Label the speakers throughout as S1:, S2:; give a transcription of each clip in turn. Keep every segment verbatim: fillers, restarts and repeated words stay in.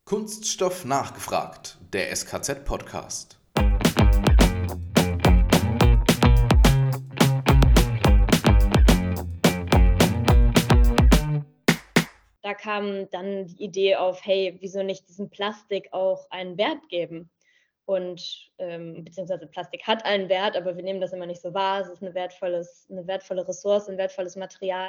S1: Kunststoff nachgefragt, der S K Z-Podcast.
S2: Da kam dann die Idee auf, hey, wieso nicht diesem Plastik auch einen Wert geben? Und ähm, beziehungsweise Plastik hat einen Wert, aber wir nehmen das immer nicht so wahr. Es ist eine, wertvolles, eine wertvolle Ressource, ein wertvolles Material.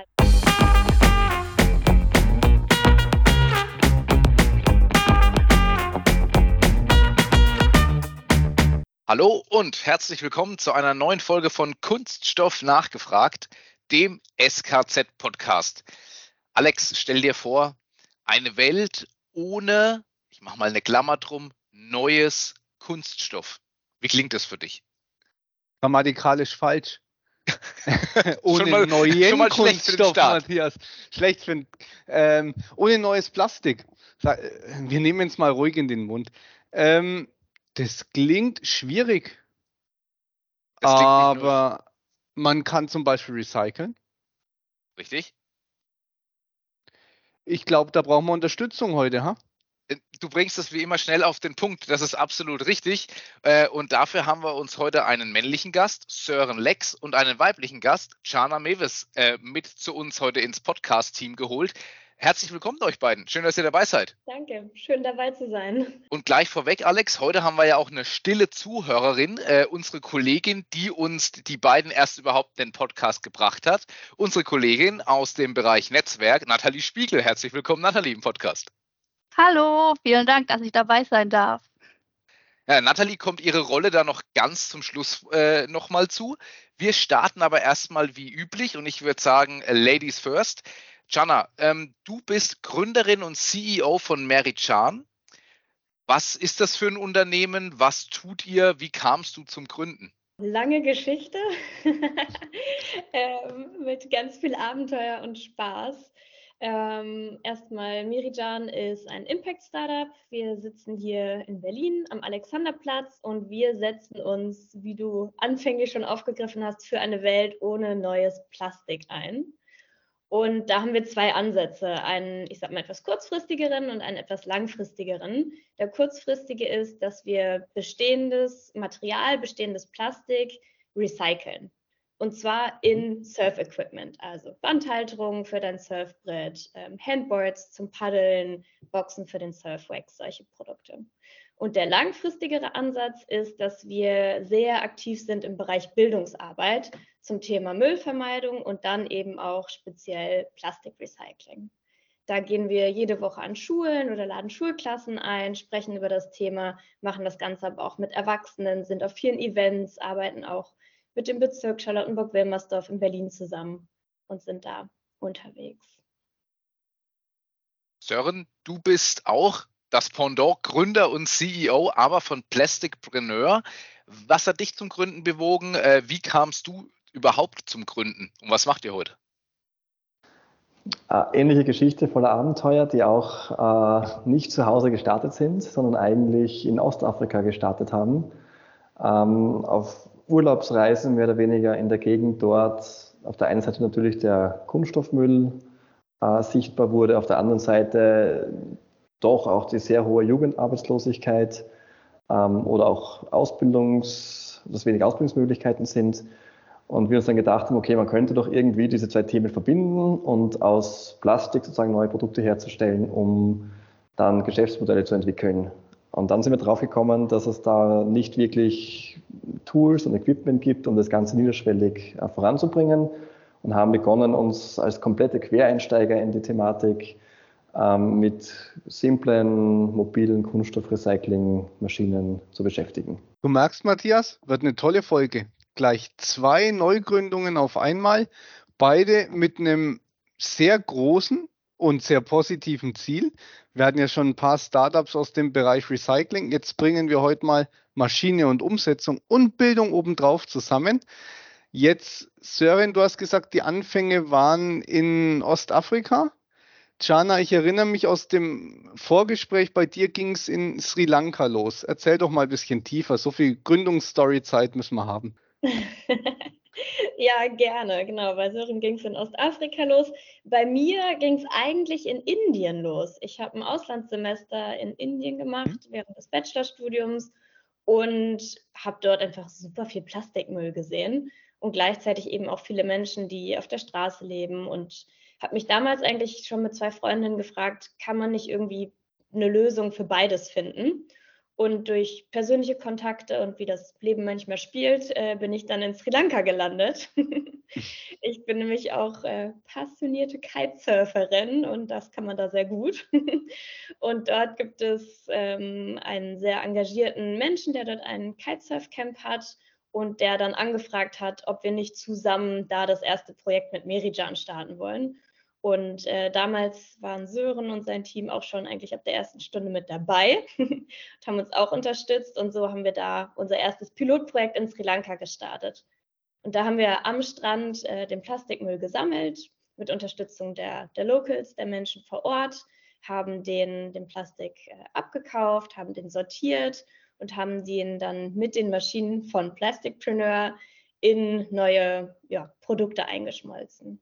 S3: Hallo und herzlich willkommen zu einer neuen Folge von Kunststoff nachgefragt, dem S K Z-Podcast. Alex, stell dir vor, eine Welt ohne, ich mache mal eine Klammer drum, neues Kunststoff. Wie klingt das für dich?
S4: Grammatikalisch falsch. Ohne
S3: schon mal,
S4: neuen
S3: schon mal schlecht für den
S4: Kunststoff,
S3: Start.
S4: Matthias. Schlecht für den, ähm, ohne neues Plastik. Sag, äh, wir nehmen es mal ruhig in den Mund. Ähm, das klingt schwierig,
S3: Das klingt nicht nur
S4: aber man kann zum Beispiel recyceln.
S3: richtig.
S4: Ich glaube, da brauchen wir Unterstützung heute, ha?
S3: Du bringst es wie immer schnell auf den Punkt, das ist absolut richtig. Äh, Und dafür haben wir uns heute einen männlichen Gast, Sören Lex, und einen weiblichen Gast, Jana Mewes, äh, mit zu uns heute ins Podcast-Team geholt. Herzlich willkommen euch beiden. Schön, dass ihr dabei seid.
S2: Danke, schön dabei zu sein.
S3: Und gleich vorweg, Alex, heute haben wir ja auch eine stille Zuhörerin, äh, unsere Kollegin, die uns die beiden erst überhaupt den Podcast gebracht hat. Unsere Kollegin aus dem Bereich Netzwerk, Nathalie Spiegel. Herzlich willkommen, Nathalie, im Podcast.
S5: Hallo, vielen Dank, dass ich dabei sein darf.
S3: Ja, Nathalie kommt ihre Rolle da noch ganz zum Schluss äh, nochmal zu. Wir starten aber erstmal wie üblich und ich würde sagen, äh, Ladies first. Jana, ähm, du bist Gründerin und C E O von Meritschan. Was ist das für ein Unternehmen? Was tut ihr? Wie kamst du zum Gründen?
S2: Lange Geschichte ähm, mit ganz viel Abenteuer und Spaß. Ähm, erstmal, Meritschan ist ein Impact-Startup. Wir sitzen hier in Berlin am Alexanderplatz und wir setzen uns, wie du anfänglich schon aufgegriffen hast, für eine Welt ohne neues Plastik ein. Und da haben wir zwei Ansätze, einen, ich sag mal, etwas kurzfristigeren und einen etwas langfristigeren. Der kurzfristige ist, dass wir bestehendes Material, bestehendes Plastik recyceln. Und zwar in Surf-Equipment, also Bandhalterungen für dein Surfbrett, ähm, Handboards zum Paddeln, Boxen für den Surfwax, solche Produkte. Und der langfristigere Ansatz ist, dass wir sehr aktiv sind im Bereich Bildungsarbeit zum Thema Müllvermeidung und dann eben auch speziell Plastikrecycling. Da gehen wir jede Woche an Schulen oder laden Schulklassen ein, sprechen über das Thema, machen das Ganze aber auch mit Erwachsenen, sind auf vielen Events, arbeiten auch mit dem Bezirk Charlottenburg-Wilmersdorf in Berlin zusammen und sind da unterwegs.
S3: Sören, du bist auch das Pendant, Gründer und C E O, aber von Plasticpreneur. Was hat dich zum Gründen bewogen? Äh, wie kamst du überhaupt zum Gründen? Und was macht ihr heute?
S6: Äh, ähnliche Geschichte voller Abenteuer, die auch äh, nicht zu Hause gestartet sind, sondern eigentlich in Ostafrika gestartet haben. Ähm, auf Urlaubsreisen mehr oder weniger in der Gegend dort. Auf der einen Seite natürlich der Kunststoffmüll äh, sichtbar wurde, auf der anderen Seite doch auch die sehr hohe Jugendarbeitslosigkeit ähm, oder auch Ausbildungs, dass wenig Ausbildungsmöglichkeiten sind. Und wir uns dann gedacht haben, okay, man könnte doch irgendwie diese zwei Themen verbinden und aus Plastik sozusagen neue Produkte herzustellen, um dann Geschäftsmodelle zu entwickeln. Und dann sind wir drauf gekommen, dass es da nicht wirklich Tools und Equipment gibt, um das Ganze niederschwellig äh, voranzubringen und haben begonnen, uns als komplette Quereinsteiger in die Thematik ähm, mit simplen, mobilen Kunststoffrecycling-Maschinen zu beschäftigen.
S4: Du merkst, Matthias, wird eine tolle Folge. Gleich zwei Neugründungen auf einmal, beide mit einem sehr großen und sehr positiven Ziel. Wir hatten ja schon ein paar Startups aus dem Bereich Recycling. Jetzt bringen wir heute mal Maschine und Umsetzung und Bildung obendrauf zusammen. Jetzt, Sören, du hast gesagt, die Anfänge waren in Ostafrika. Jana, ich erinnere mich aus dem Vorgespräch, bei dir ging es in Sri Lanka los. Erzähl doch mal ein bisschen tiefer. So viel Gründungsstory-Zeit müssen wir haben.
S2: Ja, gerne, genau. Bei Sören ging es in Ostafrika los. Bei mir ging es eigentlich in Indien los. Ich habe ein Auslandssemester in Indien gemacht während des Bachelorstudiums und habe dort einfach super viel Plastikmüll gesehen und gleichzeitig eben auch viele Menschen, die auf der Straße leben, und habe mich damals eigentlich schon mit zwei Freundinnen gefragt, kann man nicht irgendwie eine Lösung für beides finden? Und durch persönliche Kontakte und wie das Leben manchmal spielt, äh, bin ich dann in Sri Lanka gelandet. Ich bin nämlich auch äh, passionierte Kitesurferin und das kann man da sehr gut. Und dort gibt es ähm, einen sehr engagierten Menschen, der dort ein Kitesurf-Camp hat und der dann angefragt hat, ob wir nicht zusammen da das erste Projekt mit Merican starten wollen. Und äh, damals waren Sören und sein Team auch schon eigentlich ab der ersten Stunde mit dabei und haben uns auch unterstützt. Und so haben wir da unser erstes Pilotprojekt in Sri Lanka gestartet. Und da haben wir am Strand äh, den Plastikmüll gesammelt, mit Unterstützung der, der Locals, der Menschen vor Ort, haben den, den Plastik äh, abgekauft, haben den sortiert und haben den dann mit den Maschinen von Plasticpreneur in neue ja, Produkte eingeschmolzen.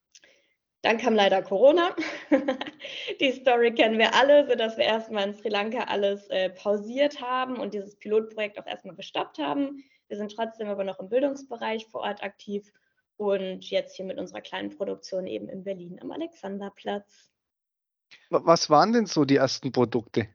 S2: Dann kam leider Corona. Die Story kennen wir alle, sodass wir erstmal in Sri Lanka alles äh, pausiert haben und dieses Pilotprojekt auch erstmal gestoppt haben. Wir sind trotzdem aber noch im Bildungsbereich vor Ort aktiv und jetzt hier mit unserer kleinen Produktion eben in Berlin am Alexanderplatz.
S4: Was waren denn so die ersten Produkte?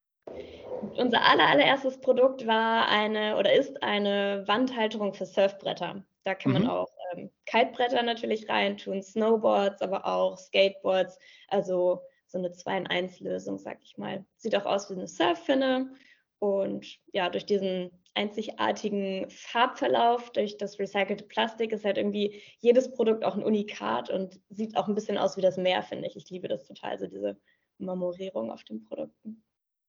S2: Unser aller, allererstes Produkt war eine oder ist eine Wandhalterung für Surfbretter. Da kann man
S4: Mhm.
S2: auch ähm, Kitebretter natürlich reintun, Snowboards, aber auch Skateboards. Also so eine zwei in eins Lösung, sag ich mal. Sieht auch aus wie eine Surffinne. Und ja, durch diesen einzigartigen Farbverlauf, durch das recycelte Plastik ist halt irgendwie jedes Produkt auch ein Unikat und sieht auch ein bisschen aus wie das Meer, finde ich. Ich liebe das total, so diese Marmorierung auf den Produkten.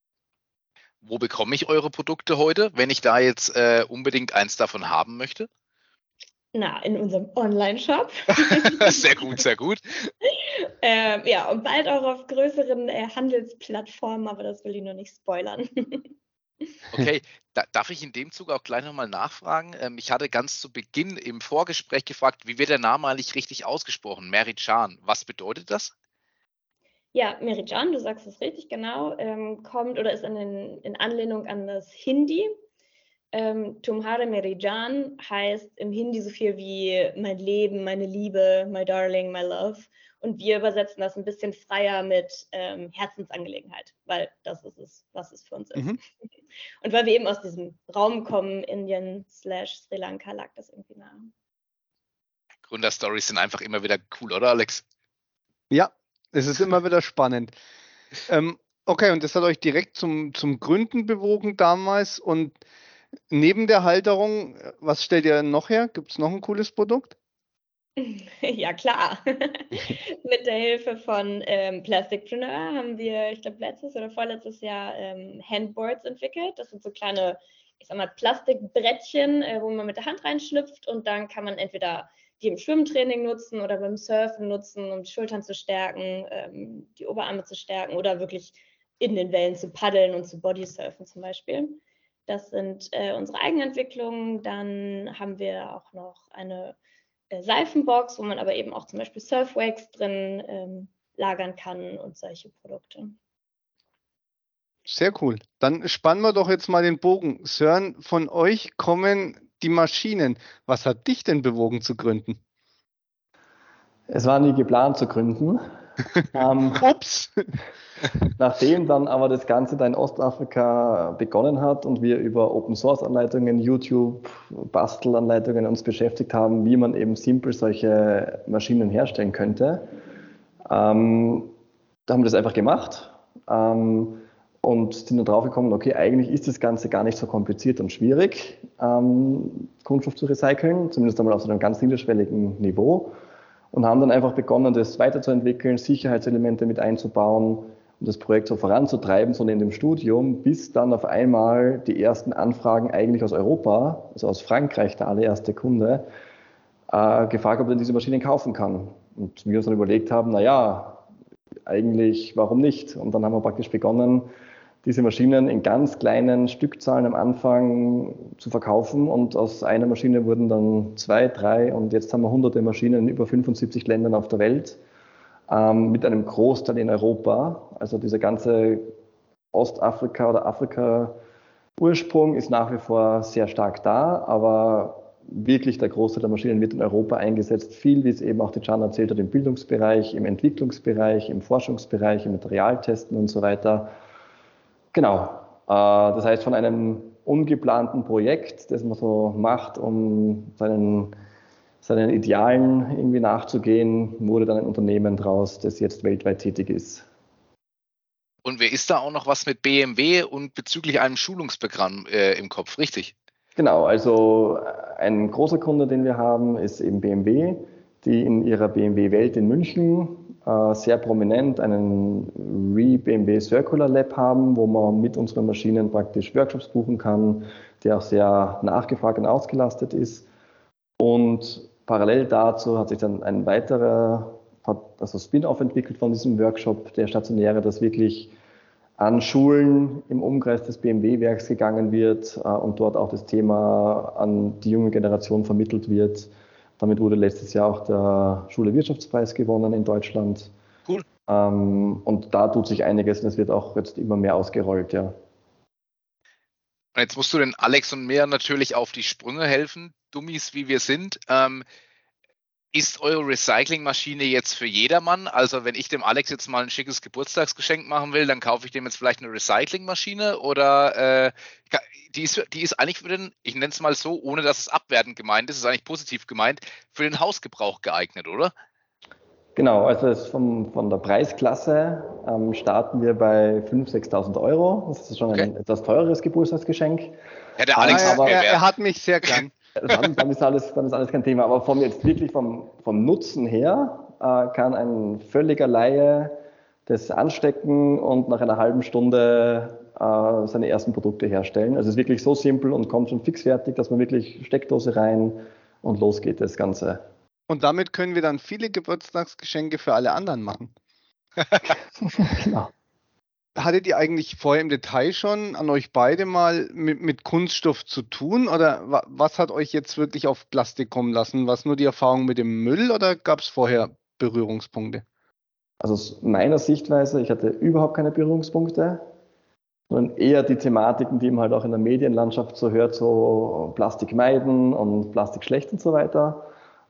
S3: Wo bekomme ich eure Produkte heute, wenn ich da jetzt äh, unbedingt eins davon haben möchte?
S2: Na, in unserem Online-Shop.
S3: Sehr gut, sehr gut.
S2: ähm, ja, und bald auch auf größeren äh, Handelsplattformen, aber das will ich noch nicht spoilern.
S3: Okay, da, darf ich in dem Zug auch gleich nochmal nachfragen? Ähm, ich hatte ganz zu Beginn im Vorgespräch gefragt, wie wird der Name eigentlich richtig ausgesprochen? Merican, was bedeutet das?
S2: Ja, Merican, du sagst es richtig genau, ähm, kommt oder ist in, den, in Anlehnung an das Hindi. Ähm, Tumhare Merican heißt im Hindi so viel wie mein Leben, meine Liebe, my darling, my love. Und wir übersetzen das ein bisschen freier mit ähm, Herzensangelegenheit, weil das ist es, was es für uns ist.
S4: Mhm.
S2: Und weil wir eben aus diesem Raum kommen, Indien slash Sri Lanka, lag das irgendwie nahe.
S3: Gründerstories sind einfach immer wieder cool, oder Alex?
S4: Ja, es ist immer wieder spannend. Ähm, okay, und das hat euch direkt zum, zum Gründen bewogen damals. Und neben der Halterung, was stellt ihr noch her? Gibt es noch ein cooles Produkt?
S2: Ja, klar. Mit der Hilfe von ähm, Plasticpreneur haben wir, ich glaube, letztes oder vorletztes Jahr ähm, Handboards entwickelt. Das sind so kleine, ich sag mal, Plastikbrettchen, äh, wo man mit der Hand reinschlüpft und dann kann man entweder die im Schwimmtraining nutzen oder beim Surfen nutzen, um die Schultern zu stärken, ähm, die Oberarme zu stärken oder wirklich in den Wellen zu paddeln und zu Bodysurfen zum Beispiel. Das sind äh, unsere Eigenentwicklungen. Dann haben wir auch noch eine äh, Seifenbox, wo man aber eben auch zum Beispiel Surfwax drin ähm, lagern kann und solche Produkte.
S4: Sehr cool. Dann spannen wir doch jetzt mal den Bogen. Sören, von euch kommen die Maschinen. Was hat dich denn bewogen zu gründen?
S6: Es war nie geplant zu gründen. ähm,
S4: Ups!
S6: Nachdem dann aber das Ganze da in Ostafrika begonnen hat und wir über Open-Source-Anleitungen, YouTube, Bastelanleitungen uns beschäftigt haben, wie man eben simpel solche Maschinen herstellen könnte, ähm, da haben wir das einfach gemacht ähm, und sind dann drauf gekommen, okay, eigentlich ist das Ganze gar nicht so kompliziert und schwierig, ähm, Kunststoff zu recyceln, zumindest einmal auf so einem ganz niederschwelligen Niveau, und haben dann einfach begonnen, das weiterzuentwickeln, Sicherheitselemente mit einzubauen und das Projekt so voranzutreiben, so in dem Studium, bis dann auf einmal die ersten Anfragen eigentlich aus Europa, also aus Frankreich, der allererste Kunde, äh, gefragt, ob er diese Maschinen kaufen kann. Und wir uns dann überlegt haben, naja, eigentlich, warum nicht? Und dann haben wir praktisch begonnen, diese Maschinen in ganz kleinen Stückzahlen am Anfang zu verkaufen und aus einer Maschine wurden dann zwei, drei und jetzt haben wir hunderte Maschinen in über fünfundsiebzig Ländern auf der Welt, ähm, mit einem Großteil in Europa. Also dieser ganze Ostafrika oder Afrika-Ursprung ist nach wie vor sehr stark da, aber wirklich der Großteil der Maschinen wird in Europa eingesetzt, viel, wie es eben auch die Can erzählt hat, im Bildungsbereich, im Entwicklungsbereich, im Forschungsbereich, im Materialtesten und so weiter. Genau, das heißt, von einem ungeplanten Projekt, das man so macht, um seinen, seinen Idealen irgendwie nachzugehen, wurde dann ein Unternehmen draus, das jetzt weltweit tätig ist.
S3: Und wer ist da auch noch was mit B M W und bezüglich einem Schulungsprogramm äh, im Kopf, richtig?
S6: Genau, also ein großer Kunde, den wir haben, ist eben B M W, die in ihrer B M W-Welt in München äh, sehr prominent einen Re-B M W Circular Lab haben, wo man mit unseren Maschinen praktisch Workshops buchen kann, der auch sehr nachgefragt und ausgelastet ist. Und parallel dazu hat sich dann ein weiterer also Spin-off entwickelt von diesem Workshop, der stationäre, das wirklich an Schulen im Umkreis des B M W-Werks gegangen wird äh, und dort auch das Thema an die junge Generation vermittelt wird. Damit wurde letztes Jahr auch der Schule-Wirtschaftspreis gewonnen in Deutschland.
S3: Cool.
S6: Ähm, und da tut sich einiges und es wird auch jetzt immer mehr ausgerollt, ja.
S3: Und jetzt musst du den Alex und mir natürlich auf die Sprünge helfen, Dummies wie wir sind. Ähm, Ist eure Recyclingmaschine jetzt für jedermann? Also wenn ich dem Alex jetzt mal ein schickes Geburtstagsgeschenk machen will, dann kaufe ich dem jetzt vielleicht eine Recyclingmaschine oder äh, die, ist, die ist eigentlich für den, ich nenne es mal so, ohne dass es abwertend gemeint ist, ist eigentlich positiv gemeint, für den Hausgebrauch geeignet, oder?
S6: Genau, also es vom, von der Preisklasse ähm, starten wir bei fünftausend, sechstausend Euro. Das ist schon ein okay. etwas teureres Geburtstagsgeschenk.
S3: Ja, der Alex
S4: aber,
S3: ist mir
S4: er,
S3: wert.
S4: er hat mich sehr gern.
S6: Dann, dann, ist alles, dann ist alles kein Thema. Aber vom, jetzt wirklich vom, vom Nutzen her äh, kann ein völliger Laie das anstecken und nach einer halben Stunde äh, seine ersten Produkte herstellen. Also es ist wirklich so simpel und kommt schon fix fertig, dass man wirklich Steckdose rein und los geht das Ganze.
S4: Und damit können wir dann viele Geburtstagsgeschenke für alle anderen machen.
S6: Genau.
S4: Hattet ihr eigentlich vorher im Detail schon an euch beide mal mit, mit Kunststoff zu tun? Oder wa, was hat euch jetzt wirklich auf Plastik kommen lassen? War es nur die Erfahrung mit dem Müll oder gab es vorher Berührungspunkte?
S6: Also aus meiner Sichtweise, ich hatte überhaupt keine Berührungspunkte, sondern eher die Thematiken, die man halt auch in der Medienlandschaft so hört, so Plastik meiden und Plastik schlecht und so weiter.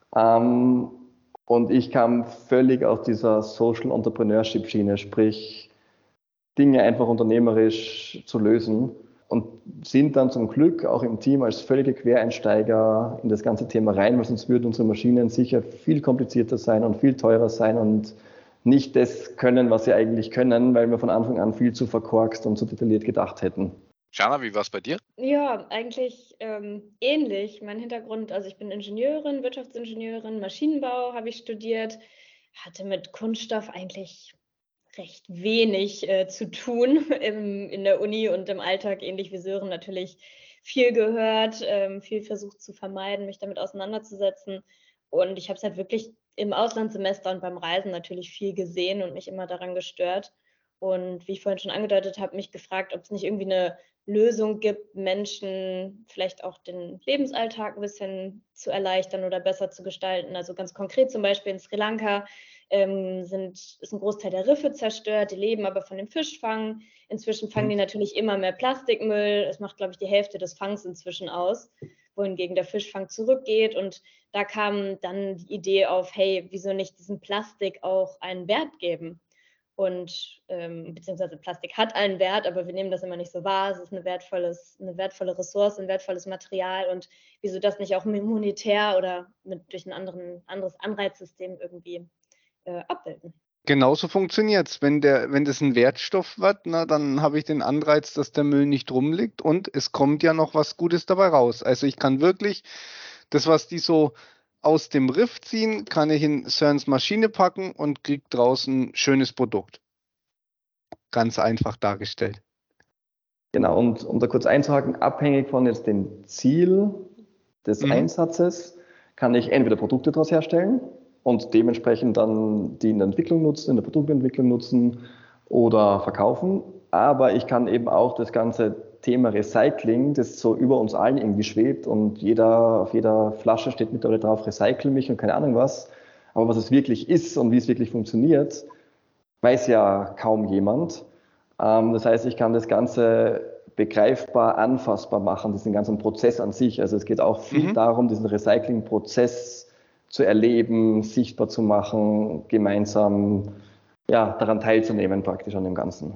S6: Ähm, und ich kam völlig aus dieser Social Entrepreneurship Schiene, sprich Dinge einfach unternehmerisch zu lösen und sind dann zum Glück auch im Team als völlige Quereinsteiger in das ganze Thema rein, weil sonst würden unsere Maschinen sicher viel komplizierter sein und viel teurer sein und nicht das können, was sie eigentlich können, weil wir von Anfang an viel zu verkorkst und zu detailliert gedacht hätten.
S3: Jana, wie war es bei dir?
S2: Ja, eigentlich ähm, ähnlich. Mein Hintergrund, also ich bin Ingenieurin, Wirtschaftsingenieurin, Maschinenbau habe ich studiert, hatte mit Kunststoff eigentlich recht wenig äh, zu tun im, in der Uni und im Alltag, ähnlich wie Sören natürlich viel gehört, ähm, viel versucht zu vermeiden, mich damit auseinanderzusetzen. Und ich habe es halt wirklich im Auslandssemester und beim Reisen natürlich viel gesehen und mich immer daran gestört. Und wie ich vorhin schon angedeutet habe, mich gefragt, ob es nicht irgendwie eine Lösung gibt, Menschen vielleicht auch den Lebensalltag ein bisschen zu erleichtern oder besser zu gestalten. Also ganz konkret zum Beispiel in Sri Lanka ähm, sind, ist ein Großteil der Riffe zerstört, die leben aber von dem Fischfang. Inzwischen fangen die natürlich immer mehr Plastikmüll. Es macht, glaube ich, die Hälfte des Fangs inzwischen aus, wohingegen der Fischfang zurückgeht. Und da kam dann die Idee auf, hey, wieso nicht diesem Plastik auch einen Wert geben? Und ähm, beziehungsweise Plastik hat einen Wert, aber wir nehmen das immer nicht so wahr. Es ist eine, wertvolles, eine wertvolle Ressource, ein wertvolles Material. Und wieso das nicht auch monetär oder mit, durch ein anderen, anderes Anreizsystem irgendwie äh, abbilden?
S4: Genauso funktioniert es. Wenn, der, wenn das ein Wertstoff wird, na, dann habe ich den Anreiz, dass der Müll nicht rumliegt und es kommt ja noch was Gutes dabei raus. Also ich kann wirklich das, was die so aus dem Riff ziehen, kann ich in Sörens Maschine packen und kriege draußen ein schönes Produkt. Ganz einfach dargestellt.
S6: Genau, und um da kurz einzuhaken, abhängig von jetzt dem Ziel des mhm. Einsatzes, kann ich entweder Produkte daraus herstellen und dementsprechend dann die in der Entwicklung nutzen, in der Produktentwicklung nutzen oder verkaufen. aber ich kann eben auch das ganze Thema Recycling, das so über uns allen irgendwie schwebt und jeder, auf jeder Flasche steht mittlerweile drauf, recycle mich und keine Ahnung was. Aber was es wirklich ist und wie es wirklich funktioniert, weiß ja kaum jemand. Ähm, das heißt, ich kann das Ganze begreifbar, anfassbar machen, diesen ganzen Prozess an sich. Also es geht auch viel mhm. darum, diesen Recycling-Prozess zu erleben, sichtbar zu machen, gemeinsam ja, daran teilzunehmen praktisch an dem Ganzen.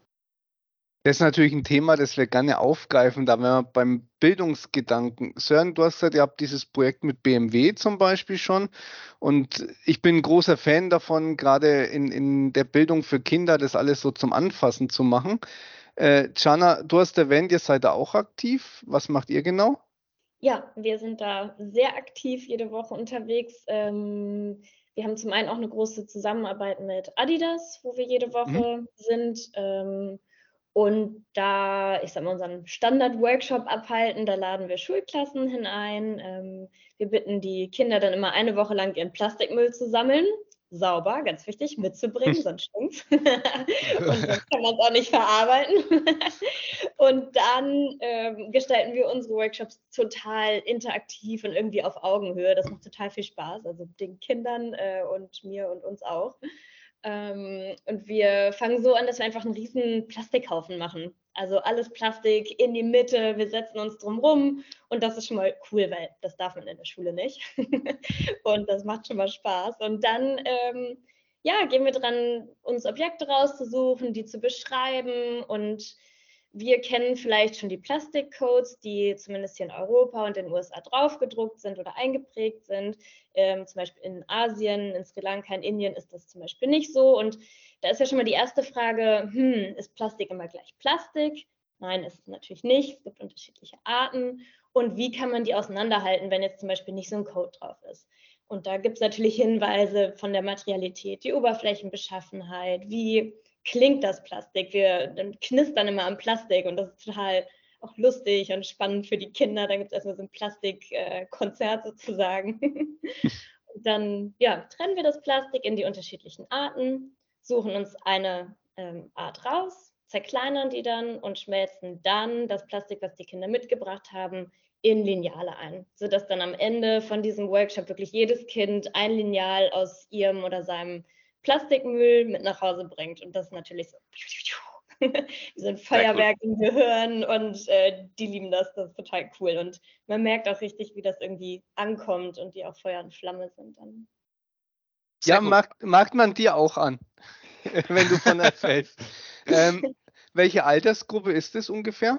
S4: Das ist natürlich ein Thema, das wir gerne aufgreifen, da wären wir beim Bildungsgedanken. Sören, du hast gesagt, ihr habt dieses Projekt mit B M W zum Beispiel schon und ich bin ein großer Fan davon, gerade in, in der Bildung für Kinder, das alles so zum Anfassen zu machen. Äh, Jana, du hast erwähnt, ihr seid da auch aktiv. Was macht ihr genau?
S2: Ja, wir sind da sehr aktiv jede Woche unterwegs. Ähm, wir haben zum einen auch eine große Zusammenarbeit mit Adidas, wo wir jede Woche mhm. sind. Ähm, Und da, ich sag mal, unseren Standard-Workshop abhalten, da laden wir Schulklassen hinein. Ähm, wir bitten die Kinder dann immer eine Woche lang ihren Plastikmüll zu sammeln. Sauber, ganz wichtig, mitzubringen, sonst stinkt's. Und sonst kann man es auch nicht verarbeiten. Und dann ähm, gestalten wir unsere Workshops total interaktiv und irgendwie auf Augenhöhe. Das macht total viel Spaß, also den Kindern äh, und mir und uns auch. Ähm, und wir fangen so an, dass wir einfach einen riesen Plastikhaufen machen. Also alles Plastik in die Mitte, wir setzen uns drum rum und das ist schon mal cool, weil das darf man in der Schule nicht. Und das macht schon mal Spaß. Und dann ähm, ja, gehen wir dran, uns Objekte rauszusuchen, die zu beschreiben und wir kennen vielleicht schon die Plastikcodes, die zumindest hier in Europa und in den U S A draufgedruckt sind oder eingeprägt sind. Ähm, zum Beispiel in Asien, in Sri Lanka, in Indien ist das zum Beispiel nicht so. Und da ist ja schon mal die erste Frage, hm, ist Plastik immer gleich Plastik? Nein, ist es natürlich nicht. Es gibt unterschiedliche Arten. Und wie kann man die auseinanderhalten, wenn jetzt zum Beispiel nicht so ein Code drauf ist? Und da gibt es natürlich Hinweise von der Materialität, die Oberflächenbeschaffenheit, wie klingt das Plastik. Wir dann knistern immer am Plastik und das ist total auch lustig und spannend für die Kinder. Dann gibt es erstmal so ein Plastikkonzert äh, sozusagen. Und dann ja, trennen wir das Plastik in die unterschiedlichen Arten, suchen uns eine ähm, Art raus, zerkleinern die dann und schmelzen dann das Plastik, was die Kinder mitgebracht haben, in Lineale ein, sodass dann am Ende von diesem Workshop wirklich jedes Kind ein Lineal aus ihrem oder seinem Plastikmüll mit nach Hause bringt. Und das ist natürlich so wie so ein Feuerwerk cool. Im Gehirn und äh, die lieben das, das ist total cool. Und man merkt auch richtig, wie das irgendwie ankommt und die auch Feuer und Flamme sind dann.
S4: Ja, mag, mag man dir auch an, wenn du von erzählst. ähm, welche Altersgruppe ist es ungefähr?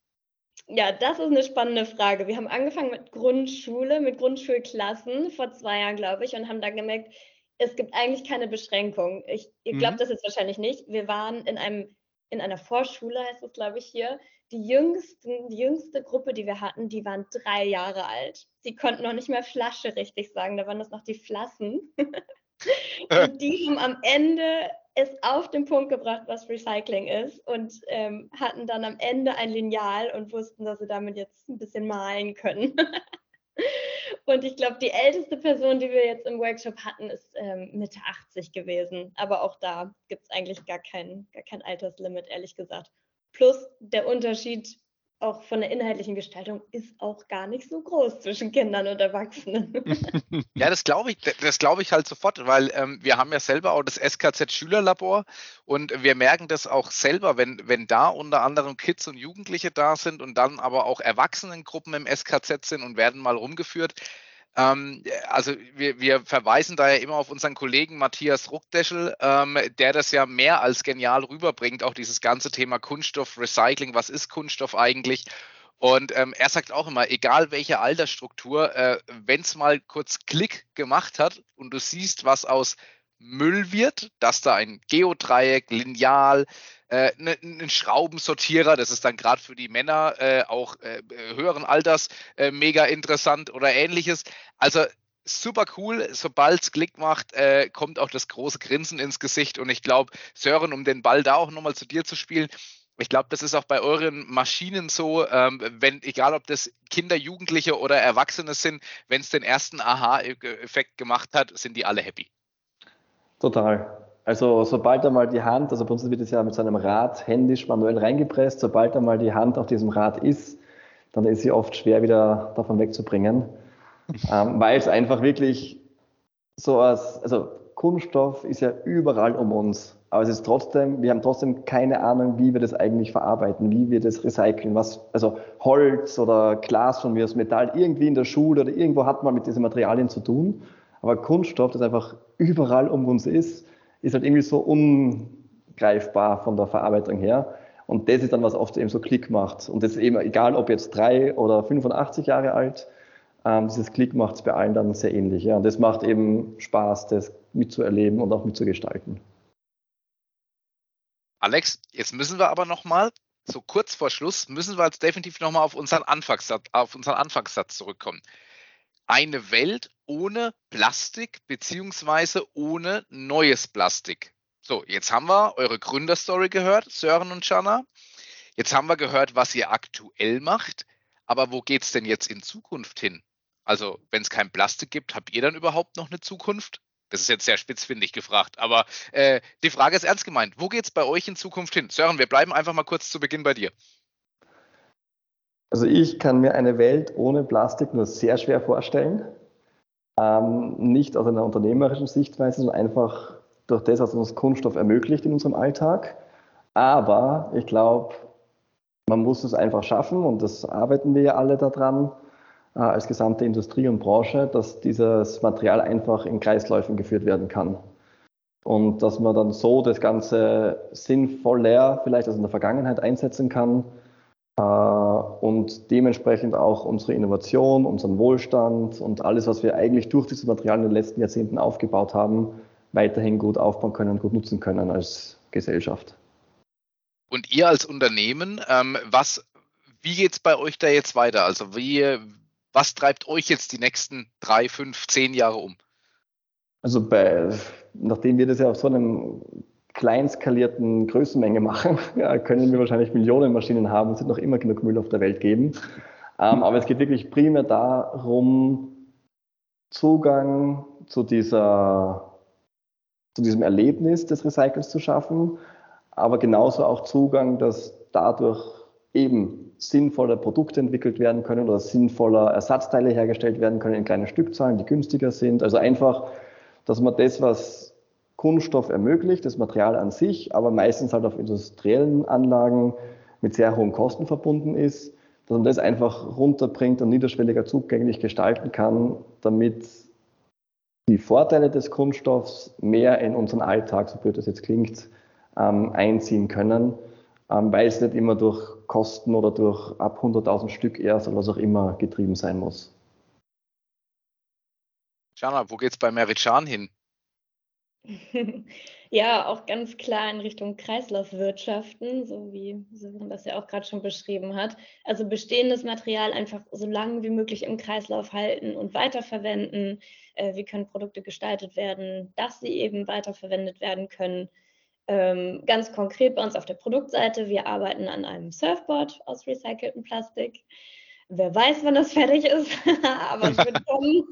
S2: Ja, das ist eine spannende Frage. Wir haben angefangen mit Grundschule, mit Grundschulklassen vor zwei Jahren, glaube ich, und haben dann gemerkt, es gibt eigentlich keine Beschränkung. Ich, ihr glaubt mhm. das jetzt wahrscheinlich nicht. Wir waren in einem, in einer Vorschule, heißt es, glaube ich, hier. Die jüngsten, die jüngste Gruppe, die wir hatten, die waren drei Jahre alt. Die konnten noch nicht mehr Flasche richtig sagen, da waren das noch die Flassen. Und die haben am Ende es auf den Punkt gebracht, was Recycling ist und ähm, hatten dann am Ende ein Lineal und wussten, dass sie damit jetzt ein bisschen malen können. Und ich glaube, die älteste Person, die wir jetzt im Workshop hatten, ist ähm, Mitte achtzig gewesen. Aber auch da gibt es eigentlich gar kein, gar kein Alterslimit, ehrlich gesagt. Plus der Unterschied auch von der inhaltlichen Gestaltung ist auch gar nicht so groß zwischen Kindern und Erwachsenen.
S3: Ja, das glaube ich, das glaube ich halt sofort, weil ähm, wir haben ja selber auch das S K Z-Schülerlabor und wir merken das auch selber, wenn, wenn da unter anderem Kids und Jugendliche da sind und dann aber auch Erwachsenengruppen im S K Z sind und werden mal rumgeführt. Ähm, also wir, wir verweisen da ja immer auf unseren Kollegen Matthias Ruckdeschel, ähm, der das ja mehr als genial rüberbringt, auch dieses ganze Thema Kunststoff, Recycling, was ist Kunststoff eigentlich? Und ähm, er sagt auch immer, egal welche Altersstruktur, äh, wenn es mal kurz Klick gemacht hat und du siehst, was aus Müll wird, dass da ein Geodreieck, Lineal, äh, ne, ein Schraubensortierer, das ist dann gerade für die Männer äh, auch äh, höheren Alters äh, mega interessant oder ähnliches. Also super cool, sobald es Klick macht, äh, kommt auch das große Grinsen ins Gesicht und ich glaube, Sören, um den Ball da auch nochmal zu dir zu spielen, ich glaube, das ist auch bei euren Maschinen so, ähm, wenn, egal ob das Kinder, Jugendliche oder Erwachsene sind, wenn es den ersten Aha-Effekt gemacht hat, sind die alle happy.
S6: Total. Also sobald einmal die Hand, also bei uns wird es ja mit so einem Rad händisch manuell reingepresst, sobald einmal die Hand auf diesem Rad ist, dann ist sie oft schwer wieder davon wegzubringen, ähm, weil es einfach wirklich so als, also Kunststoff ist ja überall um uns, aber es ist trotzdem, wir haben trotzdem keine Ahnung, wie wir das eigentlich verarbeiten, wie wir das recyceln, was, also Holz oder Glas von mir aus Metall, irgendwie in der Schule oder irgendwo hat man mit diesen Materialien zu tun, aber Kunststoff, das einfach überall um uns ist, ist halt irgendwie so ungreifbar von der Verarbeitung her. Und das ist dann, was oft eben so Klick macht. Und das ist eben egal, ob jetzt drei oder fünfundachtzig Jahre alt, ähm, dieses Klick macht es bei allen dann sehr ähnlich. Ja. Und das macht eben Spaß, das mitzuerleben und auch mitzugestalten.
S3: Alex, jetzt müssen wir aber nochmal, so kurz vor Schluss, müssen wir jetzt definitiv nochmal auf unseren Anfangssatz, auf unseren Anfangssatz zurückkommen. Eine Welt ohne Plastik beziehungsweise ohne neues Plastik. So, jetzt haben wir eure Gründerstory gehört, Sören und Jana. Jetzt haben wir gehört, was ihr aktuell macht. Aber wo geht es denn jetzt in Zukunft hin? Also, wenn es kein Plastik gibt, habt ihr dann überhaupt noch eine Zukunft? Das ist jetzt sehr spitzfindig gefragt, aber äh, die Frage ist ernst gemeint. Wo geht es bei euch in Zukunft hin? Sören, wir bleiben einfach mal kurz zu Beginn bei dir.
S6: Also ich kann mir eine Welt ohne Plastik nur sehr schwer vorstellen. Ähm, nicht aus einer unternehmerischen Sichtweise, sondern einfach durch das, was uns Kunststoff ermöglicht in unserem Alltag. Aber ich glaube, man muss es einfach schaffen und das arbeiten wir ja alle daran, äh, als gesamte Industrie und Branche, dass dieses Material einfach in Kreisläufen geführt werden kann. Und dass man dann so das Ganze sinnvoller vielleicht als in der Vergangenheit einsetzen kann, und dementsprechend auch unsere Innovation, unseren Wohlstand und alles, was wir eigentlich durch dieses Material in den letzten Jahrzehnten aufgebaut haben, weiterhin gut aufbauen können und gut nutzen können als Gesellschaft.
S3: Und ihr als Unternehmen, ähm, was, wie geht es bei euch da jetzt weiter? Also wie, was treibt euch jetzt die nächsten drei, fünf, zehn Jahre um?
S6: Also bei, nachdem wir das ja auf so einem kleinskalierten Größenmenge machen, ja, können wir wahrscheinlich Millionen Maschinen haben und es wird noch immer genug Müll auf der Welt geben. Ähm, aber es geht wirklich primär darum, Zugang zu, dieser, zu diesem Erlebnis des Recycels zu schaffen, aber genauso auch Zugang, dass dadurch eben sinnvolle Produkte entwickelt werden können oder sinnvoller Ersatzteile hergestellt werden können in kleinen Stückzahlen, die günstiger sind. Also einfach, dass man das, was Kunststoff ermöglicht, das Material an sich, aber meistens halt auf industriellen Anlagen mit sehr hohen Kosten verbunden ist, dass man das einfach runterbringt und niederschwelliger zugänglich gestalten kann, damit die Vorteile des Kunststoffs mehr in unseren Alltag, so blöd das jetzt klingt, ähm, einziehen können, ähm, weil es nicht immer durch Kosten oder durch ab hunderttausend Stück erst oder was auch immer getrieben sein muss.
S3: Jana, wo geht es bei Merican hin?
S2: Ja, auch ganz klar in Richtung Kreislaufwirtschaften, so wie Sören das ja auch gerade schon beschrieben hat. Also bestehendes Material einfach so lange wie möglich im Kreislauf halten und weiterverwenden. Äh, wie können Produkte gestaltet werden, dass sie eben weiterverwendet werden können. Ähm, ganz konkret bei uns auf der Produktseite, wir arbeiten an einem Surfboard aus recyceltem Plastik. Wer weiß, wann das fertig ist, aber es wird kommen.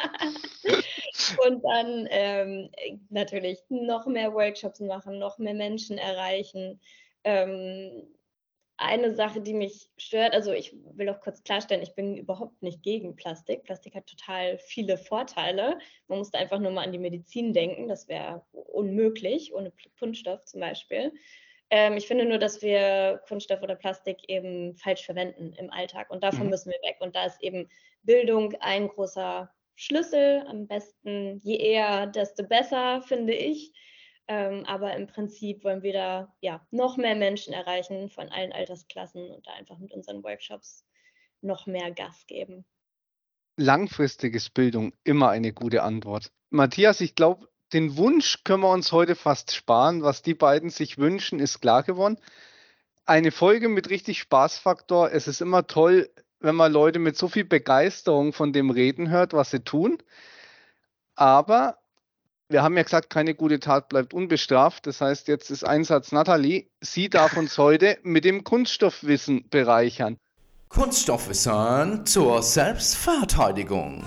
S2: Und dann ähm, natürlich noch mehr Workshops machen, noch mehr Menschen erreichen. Ähm, eine Sache, die mich stört, also ich will auch kurz klarstellen, ich bin überhaupt nicht gegen Plastik. Plastik hat total viele Vorteile. Man muss da einfach nur mal an die Medizin denken, das wäre unmöglich, ohne Kunststoff zum Beispiel. Ähm, ich finde nur, dass wir Kunststoff oder Plastik eben falsch verwenden im Alltag und davon mhm. müssen wir weg. Und da ist eben Bildung ein großer Schlüssel, am besten je eher, desto besser, finde ich. Ähm, aber im Prinzip wollen wir da ja, noch mehr Menschen erreichen von allen Altersklassen und da einfach mit unseren Workshops noch mehr Gas geben.
S4: Langfristig ist Bildung immer eine gute Antwort. Matthias, ich glaube, den Wunsch können wir uns heute fast sparen. Was die beiden sich wünschen, ist klar geworden. Eine Folge mit richtig Spaßfaktor. Es ist immer toll, wenn man Leute mit so viel Begeisterung von dem reden hört, was sie tun. Aber wir haben ja gesagt, keine gute Tat bleibt unbestraft. Das heißt, jetzt ist Einsatz Nathalie. Sie darf uns heute mit dem Kunststoffwissen bereichern.
S1: Kunststoffwissen zur Selbstverteidigung.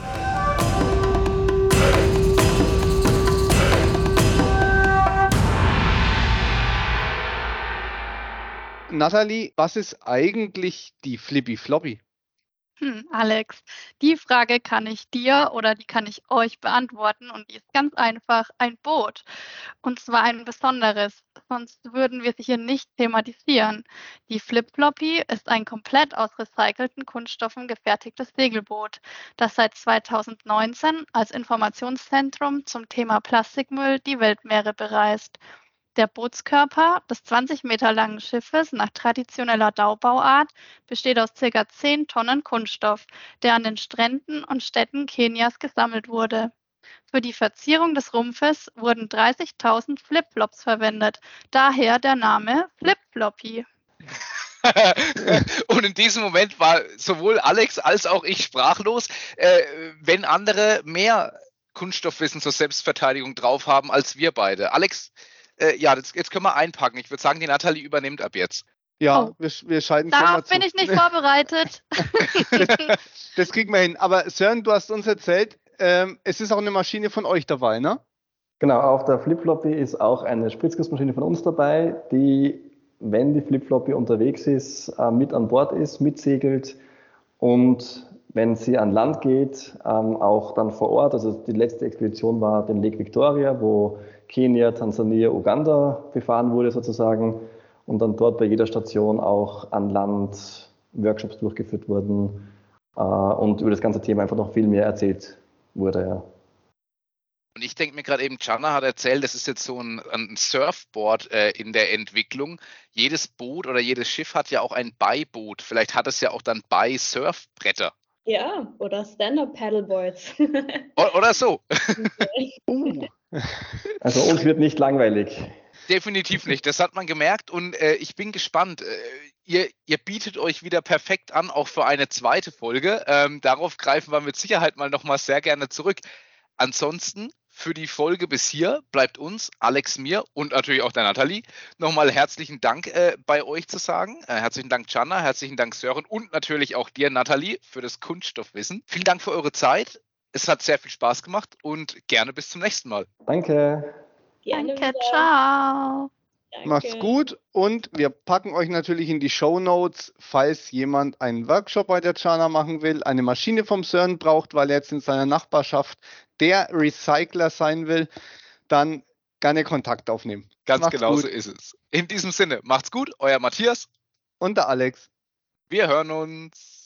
S4: Nathalie, was ist eigentlich die Flippy Floppy?
S5: Hm, Alex, die Frage kann ich dir oder die kann ich euch beantworten und die ist ganz einfach ein Boot. Und zwar ein besonderes, sonst würden wir sie hier nicht thematisieren. Die Flip-Floppy ist ein komplett aus recycelten Kunststoffen gefertigtes Segelboot, das seit zweitausendneunzehn als Informationszentrum zum Thema Plastikmüll die Weltmeere bereist. Der Bootskörper des zwanzig Meter langen Schiffes nach traditioneller Daubauart besteht aus ca. zehn Tonnen Kunststoff, der an den Stränden und Städten Kenias gesammelt wurde. Für die Verzierung des Rumpfes wurden dreißigtausend Flipflops verwendet, daher der Name Flip-Floppy.
S3: Und in diesem Moment war sowohl Alex als auch ich sprachlos. Äh, wenn andere mehr Kunststoffwissen zur Selbstverteidigung drauf haben als wir beide. Alex, äh, ja, das, jetzt können wir einpacken. Ich würde sagen, die Nathalie übernimmt ab jetzt.
S4: Ja,
S5: Oh.
S4: wir, wir scheiden schon
S5: Da
S4: mal zu.
S5: bin ich nicht vorbereitet.
S4: das, das kriegen wir hin. Aber Sören, du hast uns erzählt, ähm, es ist auch eine Maschine von euch dabei, ne?
S6: Genau, auf der Flip-Floppy ist auch eine Spritzgussmaschine von uns dabei, die, wenn die Flip-Floppy unterwegs ist, äh, mit an Bord ist, mitsegelt und wenn sie an Land geht, ähm, auch dann vor Ort. Also die letzte Expedition war den Lake Victoria, wo Kenia, Tansania, Uganda befahren wurde sozusagen und dann dort bei jeder Station auch an Land Workshops durchgeführt wurden äh, und über das ganze Thema einfach noch viel mehr erzählt wurde. Ja.
S3: Und ich denke mir gerade eben, Gianna hat erzählt, das ist jetzt so ein, ein Surfboard äh, in der Entwicklung. Jedes Boot oder jedes Schiff hat ja auch ein Beiboot. Vielleicht hat es ja auch dann Bei-Surfbretter.
S2: Ja, oder Stand-Up-Paddleboards.
S3: O- Oder so.
S4: Uh.
S6: Also uns wird nicht langweilig.
S3: Definitiv nicht. Das hat man gemerkt und äh, ich bin gespannt. Äh, ihr, ihr bietet euch wieder perfekt an, auch für eine zweite Folge. Ähm, darauf greifen wir mit Sicherheit mal nochmal sehr gerne zurück. Ansonsten für die Folge bis hier bleibt uns, Alex, mir und natürlich auch der Nathalie nochmal herzlichen Dank äh, bei euch zu sagen. Äh, herzlichen Dank, Gianna, herzlichen Dank, Sören und natürlich auch dir, Nathalie, für das Kunststoffwissen. Vielen Dank für eure Zeit. Es hat sehr viel Spaß gemacht und gerne bis zum nächsten Mal.
S6: Danke.
S2: Gerne
S5: Danke,
S2: wieder.
S5: ciao.
S2: Danke.
S4: Macht's gut und wir packen euch natürlich in die Shownotes, falls jemand einen Workshop bei der Gianna machen will, eine Maschine vom Sören braucht, weil er jetzt in seiner Nachbarschaft der Recycler sein will, dann gerne Kontakt aufnehmen.
S3: Ganz
S4: Macht's
S3: genau
S4: gut.
S3: so ist es. In diesem Sinne, macht's gut, euer Matthias.
S4: Und der Alex.
S3: Wir hören uns.